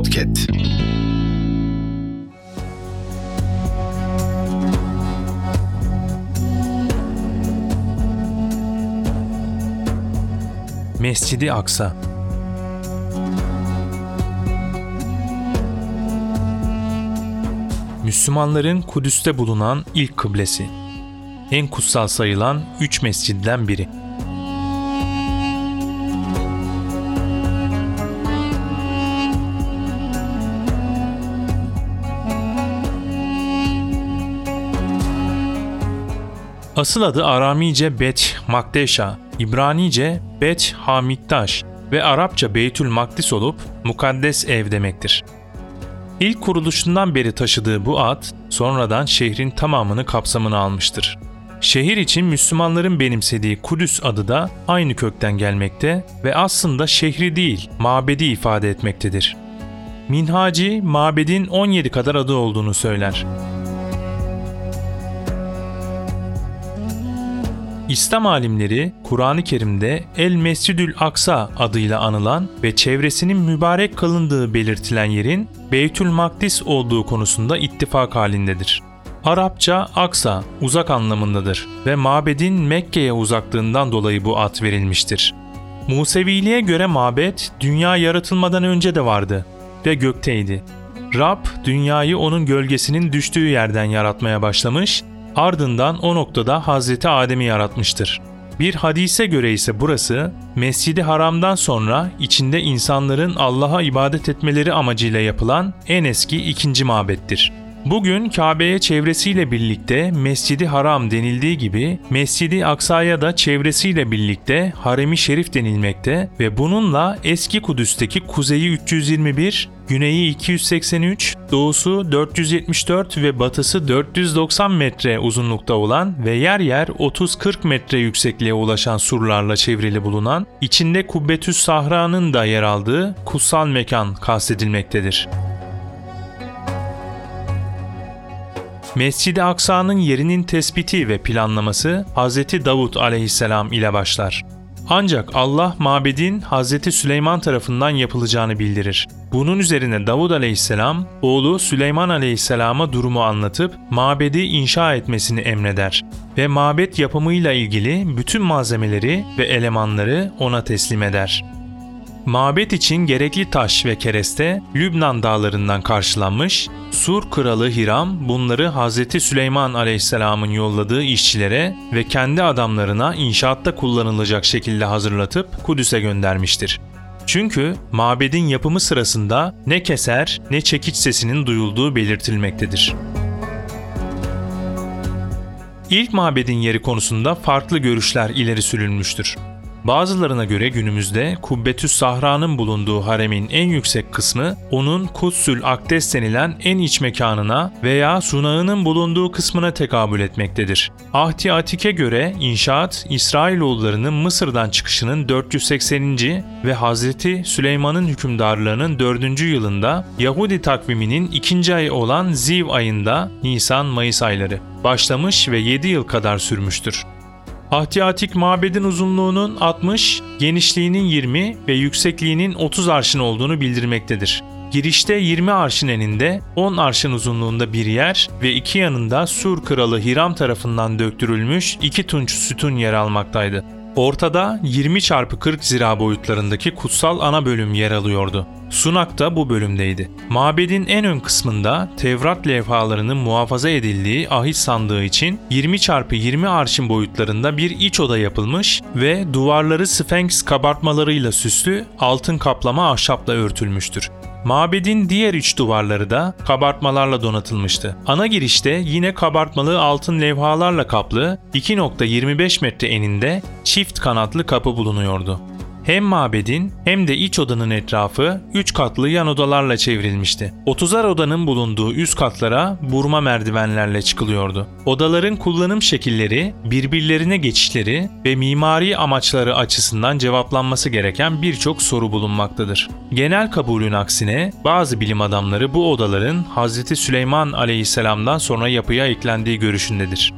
Podcast. Mescid-i Aksa. Müslümanların Kudüs'te bulunan ilk kıblesi. En kutsal sayılan 3 mescidden biri. Asıl adı Aramice Bet Makdeşa, İbranice Bet Hamiktaş ve Arapça Beytül Makdis olup mukaddes ev demektir. İlk kuruluşundan beri taşıdığı bu ad, sonradan şehrin tamamını kapsamına almıştır. Şehir için Müslümanların benimsediği Kudüs adı da aynı kökten gelmekte ve aslında şehri değil, mabedi ifade etmektedir. Minhaci, mabedin 17 kadar adı olduğunu söyler. İslam alimleri, Kur'an-ı Kerim'de El Mescidül Aksa adıyla anılan ve çevresinin mübarek kılındığı belirtilen yerin Beytül Makdis olduğu konusunda ittifak halindedir. Arapça Aksa, uzak anlamındadır ve mabedin Mekke'ye uzaklığından dolayı bu ad verilmiştir. Museviliğe göre mabet, dünya yaratılmadan önce de vardı ve gökteydi. Rab, dünyayı onun gölgesinin düştüğü yerden yaratmaya başlamış, ardından o noktada Hazreti Adem'i yaratmıştır. Bir hadise göre ise burası, Mescid-i Haram'dan sonra içinde insanların Allah'a ibadet etmeleri amacıyla yapılan en eski ikinci mabettir. Bugün Kabe'ye çevresiyle birlikte Mescid-i Haram denildiği gibi Mescid-i Aksa'ya da çevresiyle birlikte Harem-i Şerif denilmekte ve bununla eski Kudüs'teki kuzeyi 321, güneyi 283, doğusu 474 ve batısı 490 metre uzunlukta olan ve yer yer 30-40 metre yüksekliğe ulaşan surlarla çevrili bulunan, içinde Kubbetüs Sahra'nın da yer aldığı kutsal mekan kastedilmektedir. Mescid-i Aksa'nın yerinin tespiti ve planlaması Hz. Davud aleyhisselam ile başlar. Ancak Allah mabedin Hz. Süleyman tarafından yapılacağını bildirir. Bunun üzerine Davud aleyhisselam, oğlu Süleyman aleyhisselama durumu anlatıp mabedi inşa etmesini emreder ve mabet yapımıyla ilgili bütün malzemeleri ve elemanları ona teslim eder. Mabet için gerekli taş ve kereste Lübnan dağlarından karşılanmış, Sur kralı Hiram bunları Hz. Süleyman aleyhisselamın yolladığı işçilere ve kendi adamlarına inşaatta kullanılacak şekilde hazırlatıp Kudüs'e göndermiştir. Çünkü mabedin yapımı sırasında ne keser ne çekiç sesinin duyulduğu belirtilmektedir. İlk mabedin yeri konusunda farklı görüşler ileri sürülmüştür. Bazılarına göre günümüzde Kubbetüs Sahra'nın bulunduğu haremin en yüksek kısmı onun Kudsül Akdes denilen en iç mekanına veya sunağının bulunduğu kısmına tekabül etmektedir. Ahd-i Atik'e göre inşaat İsrailoğullarının Mısır'dan çıkışının 480. ve Hazreti Süleyman'ın hükümdarlığının 4. yılında Yahudi takviminin 2. ayı olan Ziv ayında Nisan-Mayıs ayları başlamış ve 7 yıl kadar sürmüştür. Ahd-i Atik mabedin uzunluğunun 60, genişliğinin 20 ve yüksekliğinin 30 arşın olduğunu bildirmektedir. Girişte 20 arşın eninde 10 arşın uzunluğunda bir yer ve iki yanında Sur kralı Hiram tarafından döktürülmüş 2 tunç sütun yer almaktaydı. Ortada 20x40 zira boyutlarındaki kutsal ana bölüm yer alıyordu. Sunak da bu bölümdeydi. Mabedin en ön kısmında Tevrat levhalarının muhafaza edildiği ahit sandığı için 20x20 arşın boyutlarında bir iç oda yapılmış ve duvarları Sfenks kabartmalarıyla süslü altın kaplama ahşapla örtülmüştür. Mabedin diğer iç duvarları da kabartmalarla donatılmıştı. Ana girişte yine kabartmalı altın levhalarla kaplı 2.25 metre eninde çift kanatlı kapı bulunuyordu. Hem mabedin hem de iç odanın etrafı 3 katlı yan odalarla çevrilmişti. 30'ar odanın bulunduğu üst katlara burma merdivenlerle çıkılıyordu. Odaların kullanım şekilleri, birbirlerine geçişleri ve mimari amaçları açısından cevaplanması gereken birçok soru bulunmaktadır. Genel kabulün aksine bazı bilim adamları bu odaların Hz. Süleyman aleyhisselamdan sonra yapıya eklendiği görüşündedir.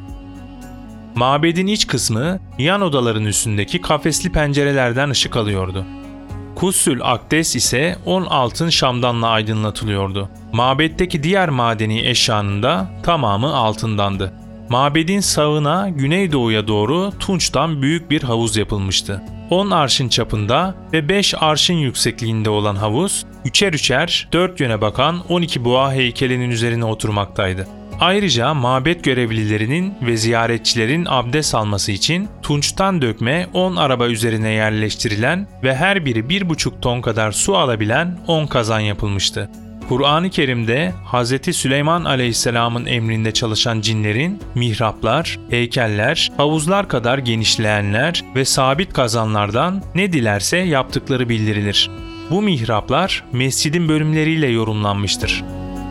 Mabedin iç kısmı yan odaların üstündeki kafesli pencerelerden ışık alıyordu. Kudsül Akdes ise 10 altın şamdanla aydınlatılıyordu. Mabetteki diğer madeni eşyanın da tamamı altındandı. Mabedin sağına güneydoğuya doğru tunçtan büyük bir havuz yapılmıştı. 10 arşın çapında ve 5 arşın yüksekliğinde olan havuz, üçer üçer 4 yöne bakan 12 boğa heykelinin üzerine oturmaktaydı. Ayrıca mabet görevlilerinin ve ziyaretçilerin abdest alması için tunçtan dökme 10 araba üzerine yerleştirilen ve her biri 1,5 ton kadar su alabilen 10 kazan yapılmıştı. Kur'an-ı Kerim'de Hz. Süleyman Aleyhisselam'ın emrinde çalışan cinlerin mihraplar, heykeller, havuzlar kadar genişleyenler ve sabit kazanlardan ne dilerse yaptıkları bildirilir. Bu mihraplar mescidin bölümleriyle yorumlanmıştır.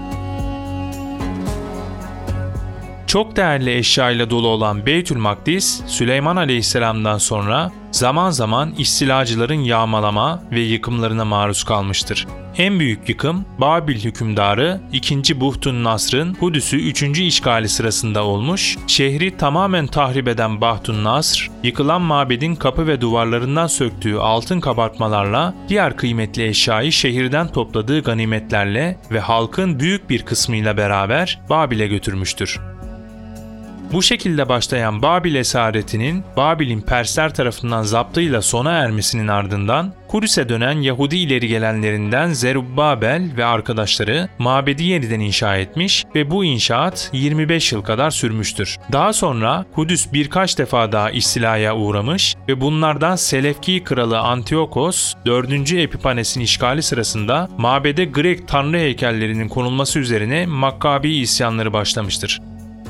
Çok değerli eşyayla dolu olan Beytül Makdis, Süleyman Aleyhisselam'dan sonra zaman zaman istilacıların yağmalama ve yıkımlarına maruz kalmıştır. En büyük yıkım, Babil hükümdarı 2. Buhtun Nasr'ın Kudüs'ü 3. işgali sırasında olmuş, şehri tamamen tahrip eden Bahtun Nasr, yıkılan mabedin kapı ve duvarlarından söktüğü altın kabartmalarla diğer kıymetli eşyayı şehirden topladığı ganimetlerle ve halkın büyük bir kısmıyla beraber Babil'e götürmüştür. Bu şekilde başlayan Babil esaretinin Babil'in Persler tarafından zaptıyla sona ermesinin ardından Kudüs'e dönen Yahudi ileri gelenlerinden Zerubbabel ve arkadaşları mabedi yeniden inşa etmiş ve bu inşaat 25 yıl kadar sürmüştür. Daha sonra Kudüs birkaç defa daha istilaya uğramış ve bunlardan Selevki kralı Antiyokos 4. Epifanes'in işgali sırasında mabede Grek tanrı heykellerinin konulması üzerine Makkabi isyanları başlamıştır.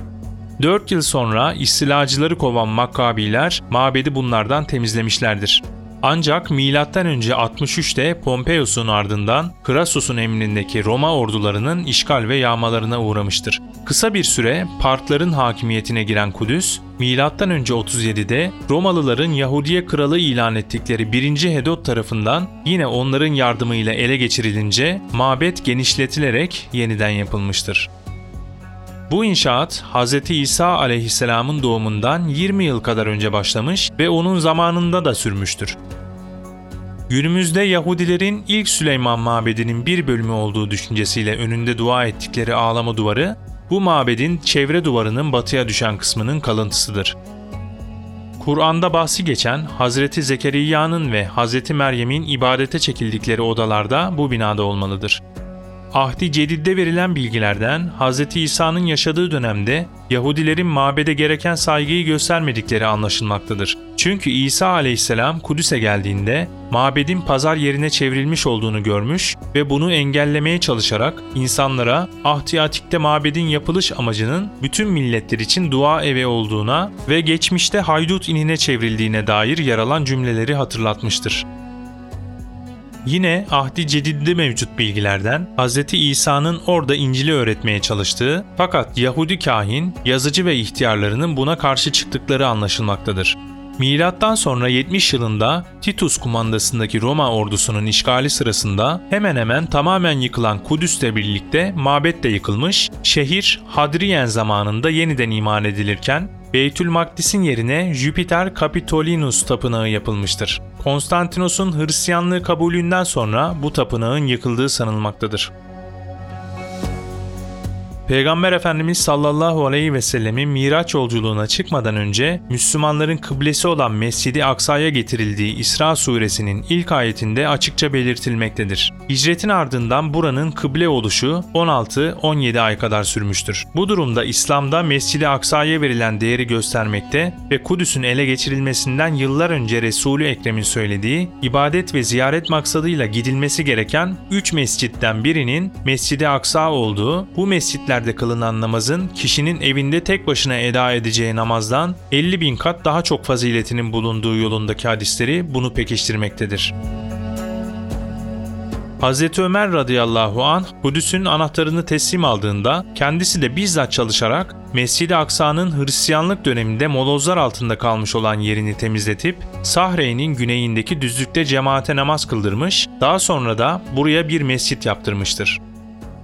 4 yıl sonra istilacıları kovan Makkabiler mabedi bunlardan temizlemişlerdir. Ancak M.Ö. 63'te Pompeius'un ardından Crassus'un emrindeki Roma ordularının işgal ve yağmalarına uğramıştır. Kısa bir süre Partların hakimiyetine giren Kudüs, M.Ö. 37'de Romalıların Yahudiye kralı ilan ettikleri 1. Hedot tarafından yine onların yardımıyla ele geçirilince mabet genişletilerek yeniden yapılmıştır. Bu inşaat Hz. İsa aleyhisselamın doğumundan 20 yıl kadar önce başlamış ve onun zamanında da sürmüştür. Günümüzde Yahudilerin ilk Süleyman Mabedi'nin bir bölümü olduğu düşüncesiyle önünde dua ettikleri ağlama duvarı, bu mabedin çevre duvarının batıya düşen kısmının kalıntısıdır. Kur'an'da bahsi geçen Hz. Zekeriya'nın ve Hz. Meryem'in ibadete çekildikleri odalarda bu binada olmalıdır. Ahd-i Cedid'de verilen bilgilerden Hz. İsa'nın yaşadığı dönemde Yahudilerin mabede gereken saygıyı göstermedikleri anlaşılmaktadır. Çünkü İsa aleyhisselam Kudüs'e geldiğinde mabedin pazar yerine çevrilmiş olduğunu görmüş ve bunu engellemeye çalışarak insanlara Ahd-i Atik'te mabedin yapılış amacının bütün milletler için dua evi olduğuna ve geçmişte haydut inine çevrildiğine dair yer alan cümleleri hatırlatmıştır. Yine Ahd-i Cedid'de mevcut bilgilerden Hz. İsa'nın orada İncil'i öğretmeye çalıştığı fakat Yahudi kahin, yazıcı ve ihtiyarlarının buna karşı çıktıkları anlaşılmaktadır. Milattan sonra 70 yılında Titus kumandasındaki Roma ordusunun işgali sırasında hemen hemen tamamen yıkılan Kudüs'le birlikte mabet de yıkılmış, şehir Hadrian zamanında yeniden iman edilirken Beytül Makdis'in yerine Jupiter Capitolinus tapınağı yapılmıştır. Konstantinos'un Hristiyanlığı kabulünden sonra bu tapınağın yıkıldığı sanılmaktadır. Peygamber Efendimiz sallallahu aleyhi ve sellemin Miraç yolculuğuna çıkmadan önce Müslümanların kıblesi olan Mescid-i Aksa'ya getirildiği İsra suresinin ilk ayetinde açıkça belirtilmektedir. Hicretin ardından buranın kıble oluşu 16-17 ay kadar sürmüştür. Bu durumda İslam'da Mescid-i Aksa'ya verilen değeri göstermekte ve Kudüs'ün ele geçirilmesinden yıllar önce Resul-i Ekrem'in söylediği ibadet ve ziyaret maksadıyla gidilmesi gereken 3 mescitten birinin Mescid-i Aksa olduğu, bu mescitler kılınan namazın kişinin evinde tek başına eda edeceği namazdan 50.000 kat daha çok faziletinin bulunduğu yolundaki hadisleri bunu pekiştirmektedir. Hz. Ömer radıyallahu anh Kudüs'ün anahtarını teslim aldığında kendisi de bizzat çalışarak Mescid-i Aksa'nın Hristiyanlık döneminde molozlar altında kalmış olan yerini temizletip Sahreyn'in güneyindeki düzlükte cemaate namaz kıldırmış, daha sonra da buraya bir mescit yaptırmıştır.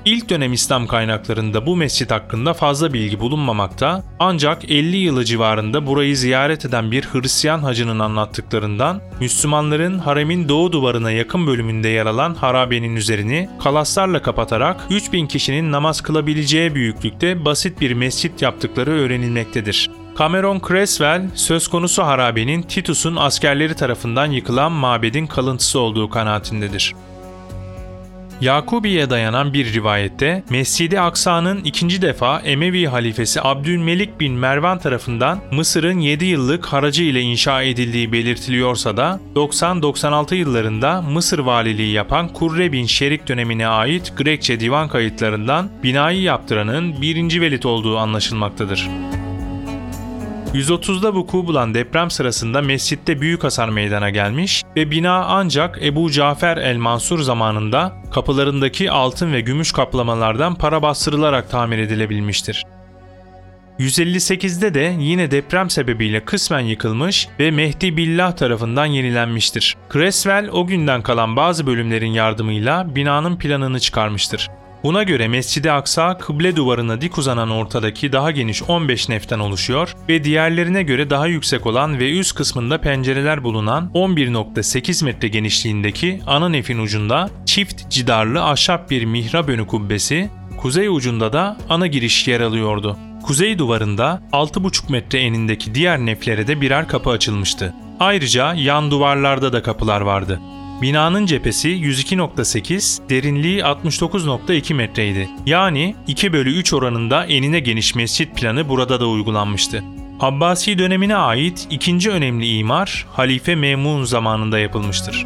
İlk dönem İslam kaynaklarında bu mescit hakkında fazla bilgi bulunmamakta, ancak 50 yılı civarında burayı ziyaret eden bir Hristiyan hacının anlattıklarından Müslümanların haremin doğu duvarına yakın bölümünde yer alan harabenin üzerini kalaslarla kapatarak 3000 kişinin namaz kılabileceği büyüklükte basit bir mescit yaptıkları öğrenilmektedir. Cameron Creswell, söz konusu harabenin Titus'un askerleri tarafından yıkılan mabedin kalıntısı olduğu kanaatindedir. Yakubi'ye dayanan bir rivayette Mescid-i Aksa'nın ikinci defa Emevi halifesi Abdülmelik bin Mervan tarafından Mısır'ın 7 yıllık haracı ile inşa edildiği belirtiliyorsa da 90-96 yıllarında Mısır valiliği yapan Kurre bin Şerik dönemine ait Grekçe divan kayıtlarından binayı yaptıranın 1. Velid olduğu anlaşılmaktadır. 130'da vuku bulan deprem sırasında mescitte büyük hasar meydana gelmiş ve bina ancak Ebu Cafer el-Mansur zamanında kapılarındaki altın ve gümüş kaplamalardan para bastırılarak tamir edilebilmiştir. 158'de de yine deprem sebebiyle kısmen yıkılmış ve Mehdi Billah tarafından yenilenmiştir. Creswell o günden kalan bazı bölümlerin yardımıyla binanın planını çıkarmıştır. Buna göre Mescid-i Aksa kıble duvarına dik uzanan ortadaki daha geniş 15 neften oluşuyor ve diğerlerine göre daha yüksek olan ve üst kısmında pencereler bulunan 11.8 metre genişliğindeki ana nefin ucunda çift cidarlı ahşap bir mihrap önü kubbesi, kuzey ucunda da ana giriş yer alıyordu. Kuzey duvarında 6,5 metre enindeki diğer neflere de birer kapı açılmıştı. Ayrıca yan duvarlarda da kapılar vardı. Binanın cephesi 102.8, derinliği 69.2 metreydi. Yani 2/3 oranında enine geniş mescit planı burada da uygulanmıştı. Abbasi dönemine ait ikinci önemli imar, Halife Memun zamanında yapılmıştır.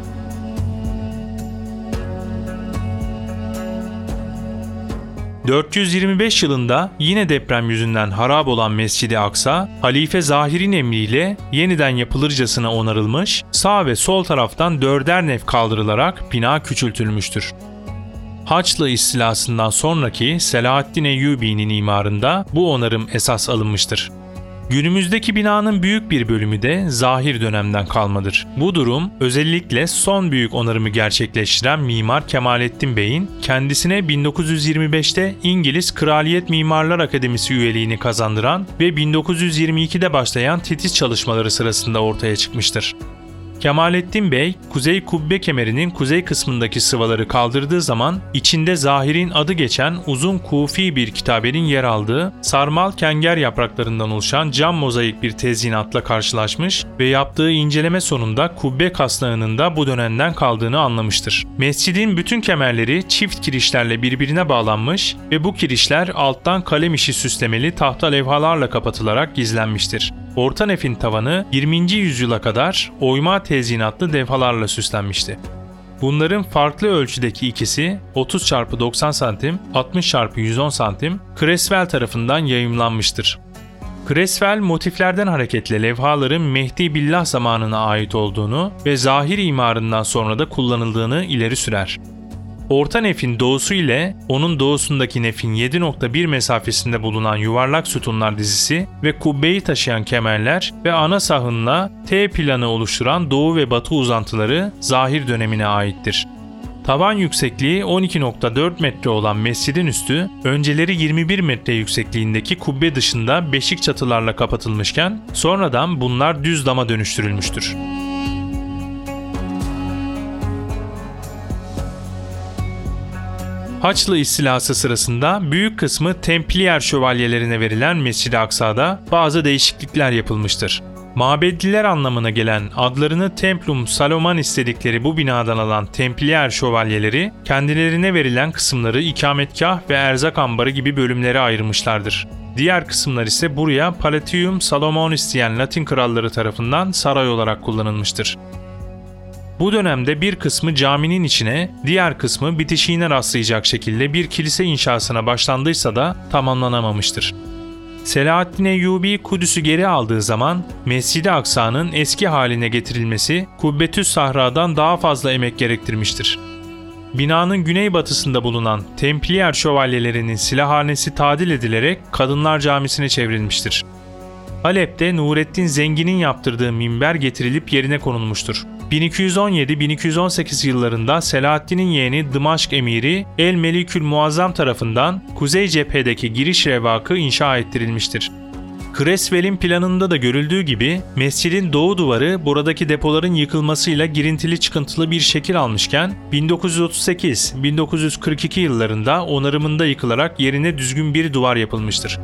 ...425 yılında yine deprem yüzünden harap olan Mescid-i Aksa, Halife Zahir'in emriyle yeniden yapılırcasına onarılmış, sağ ve sol taraftan 4'er nef kaldırılarak bina küçültülmüştür. Haçlı istilasından sonraki Selahaddin Eyyubi'nin imarında bu onarım esas alınmıştır. Günümüzdeki binanın büyük bir bölümü de Zahir dönemden kalmadır. Bu durum özellikle son büyük onarımı gerçekleştiren Mimar Kemalettin Bey'in kendisine 1925'te İngiliz Kraliyet Mimarlar Akademisi üyeliğini kazandıran ve 1922'de başlayan titiz çalışmaları sırasında ortaya çıkmıştır. Kemalettin Bey, kuzey kubbe kemerinin kuzey kısmındaki sıvaları kaldırdığı zaman içinde Zahir'in adı geçen uzun kufi bir kitabenin yer aldığı sarmal kenger yapraklarından oluşan cam mozaik bir tezyinatla karşılaşmış ve yaptığı inceleme sonunda kubbe kasnağının da bu dönemden kaldığını anlamıştır. Mescidin bütün kemerleri çift kirişlerle birbirine bağlanmış ve bu kirişler alttan kalem işi süslemeli tahta levhalarla kapatılarak gizlenmiştir. Orta nefin tavanı 20. yüzyıla kadar oyma tezyinatlı levhalarla süslenmişti. Bunların farklı ölçüdeki ikisi 30x90 cm, 60x110 cm Creswell tarafından yayımlanmıştır. Creswell motiflerden hareketle levhaların Mehdi Billah zamanına ait olduğunu ve Zahir imarından sonra da kullanıldığını ileri sürer. Orta nefin doğusu ile onun doğusundaki nefin 7.1 mesafesinde bulunan yuvarlak sütunlar dizisi ve kubbeyi taşıyan kemerler ve ana sahınla T planı oluşturan doğu ve batı uzantıları Zahir dönemine aittir. Tavan yüksekliği 12.4 metre olan mescidin üstü, önceleri 21 metre yüksekliğindeki kubbe dışında beşik çatılarla kapatılmışken sonradan bunlar düz dama dönüştürülmüştür. Haçlı istilası sırasında büyük kısmı Templier şövalyelerine verilen Mescid-i Aksa'da bazı değişiklikler yapılmıştır. Mabedliler anlamına gelen adlarını Templum Salomanis dedikleri bu binadan alan Templier şövalyeleri kendilerine verilen kısımları ikametgah ve erzak ambarı gibi bölümlere ayırmışlardır. Diğer kısımlar ise buraya Palatium Salomonis diyen Latin kralları tarafından saray olarak kullanılmıştır. Bu dönemde bir kısmı caminin içine, diğer kısmı bitişiğine rastlayacak şekilde bir kilise inşasına başlandıysa da tamamlanamamıştır. Selahaddin Eyyubi Kudüs'ü geri aldığı zaman Mescid-i Aksa'nın eski haline getirilmesi Kubbetüs Sahra'dan daha fazla emek gerektirmiştir. Binanın güneybatısında bulunan Templier şövalyelerinin silahhanesi tadil edilerek Kadınlar Camisi'ne çevrilmiştir. Halep'te Nurettin Zengin'in yaptırdığı minber getirilip yerine konulmuştur. 1217-1218 yıllarında Selahaddin'in yeğeni Dımaşk emiri El-Melikül Muazzam tarafından kuzey cephedeki giriş revakı inşa ettirilmiştir. Creswell'in planında da görüldüğü gibi mescidin doğu duvarı buradaki depoların yıkılmasıyla girintili çıkıntılı bir şekil almışken 1938-1942 yıllarında onarımında yıkılarak yerine düzgün bir duvar yapılmıştır.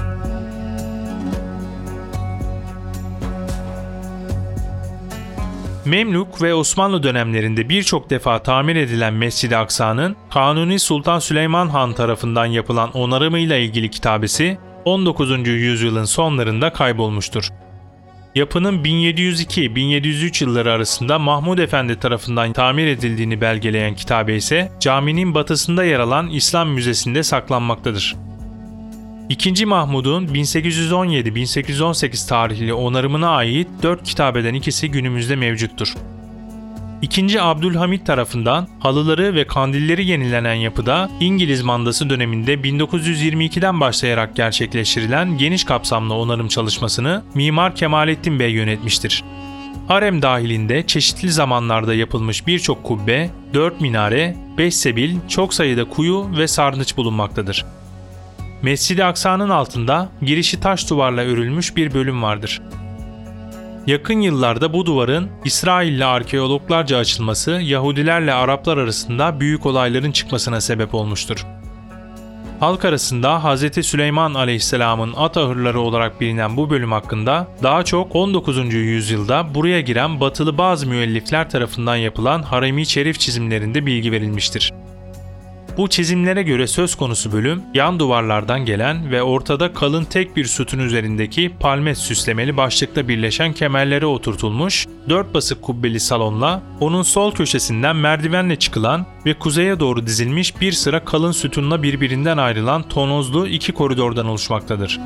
Memlük ve Osmanlı dönemlerinde birçok defa tamir edilen Mescid-i Aksa'nın Kanuni Sultan Süleyman Han tarafından yapılan onarımıyla ilgili kitabesi 19. yüzyılın sonlarında kaybolmuştur. Yapının 1702-1703 yılları arasında Mahmud Efendi tarafından tamir edildiğini belgeleyen kitabe ise caminin batısında yer alan İslam Müzesi'nde saklanmaktadır. II. Mahmud'un 1817-1818 tarihli onarımına ait 4 kitabeden ikisi günümüzde mevcuttur. II. Abdülhamit tarafından halıları ve kandilleri yenilenen yapıda İngiliz mandası döneminde 1922'den başlayarak gerçekleştirilen geniş kapsamlı onarım çalışmasını Mimar Kemalettin Bey yönetmiştir. Harem dahilinde çeşitli zamanlarda yapılmış birçok kubbe, 4 minare, 5 sebil, çok sayıda kuyu ve sarnıç bulunmaktadır. Mescid-i Aksa'nın altında girişi taş duvarla örülmüş bir bölüm vardır. Yakın yıllarda bu duvarın İsrailli arkeologlarca açılması Yahudilerle Araplar arasında büyük olayların çıkmasına sebep olmuştur. Halk arasında Hz. Süleyman Aleyhisselam'ın at ahırları olarak bilinen bu bölüm hakkında daha çok 19. yüzyılda buraya giren batılı bazı müellifler tarafından yapılan harem-i şerif çizimlerinde bilgi verilmiştir. Bu çizimlere göre söz konusu bölüm, yan duvarlardan gelen ve ortada kalın tek bir sütun üzerindeki palmet süslemeli başlıkla birleşen kemerlere oturtulmuş, 4 basık kubbeli salonla, onun sol köşesinden merdivenle çıkılan ve kuzeye doğru dizilmiş bir sıra kalın sütunla birbirinden ayrılan tonozlu 2 koridordan oluşmaktadır.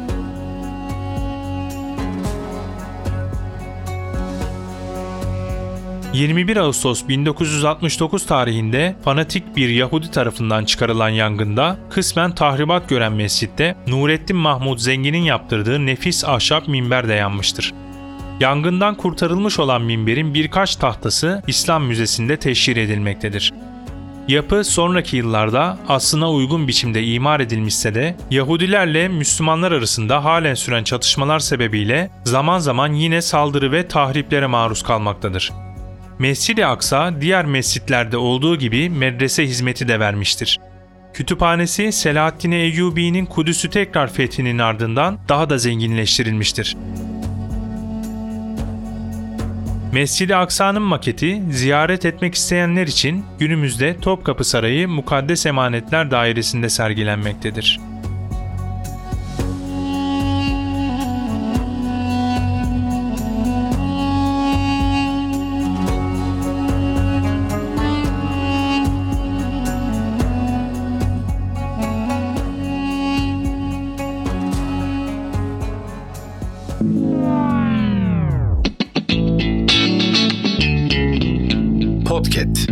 ...21 Ağustos 1969 tarihinde fanatik bir Yahudi tarafından çıkarılan yangında kısmen tahribat gören mescitte Nurettin Mahmud Zengin'in yaptırdığı nefis ahşap minber de yanmıştır. Yangından kurtarılmış olan minberin birkaç tahtası İslam Müzesi'nde teşhir edilmektedir. Yapı sonraki yıllarda aslına uygun biçimde imar edilmişse de Yahudilerle Müslümanlar arasında halen süren çatışmalar sebebiyle zaman zaman yine saldırı ve tahriplere maruz kalmaktadır. Mescid-i Aksa diğer mescitlerde olduğu gibi medrese hizmeti de vermiştir. Kütüphanesi Selahaddin Eyyubi'nin Kudüs'ü tekrar fethinin ardından daha da zenginleştirilmiştir. Mescid-i Aksa'nın maketi ziyaret etmek isteyenler için günümüzde Topkapı Sarayı Mukaddes Emanetler Dairesi'nde sergilenmektedir. Podcast.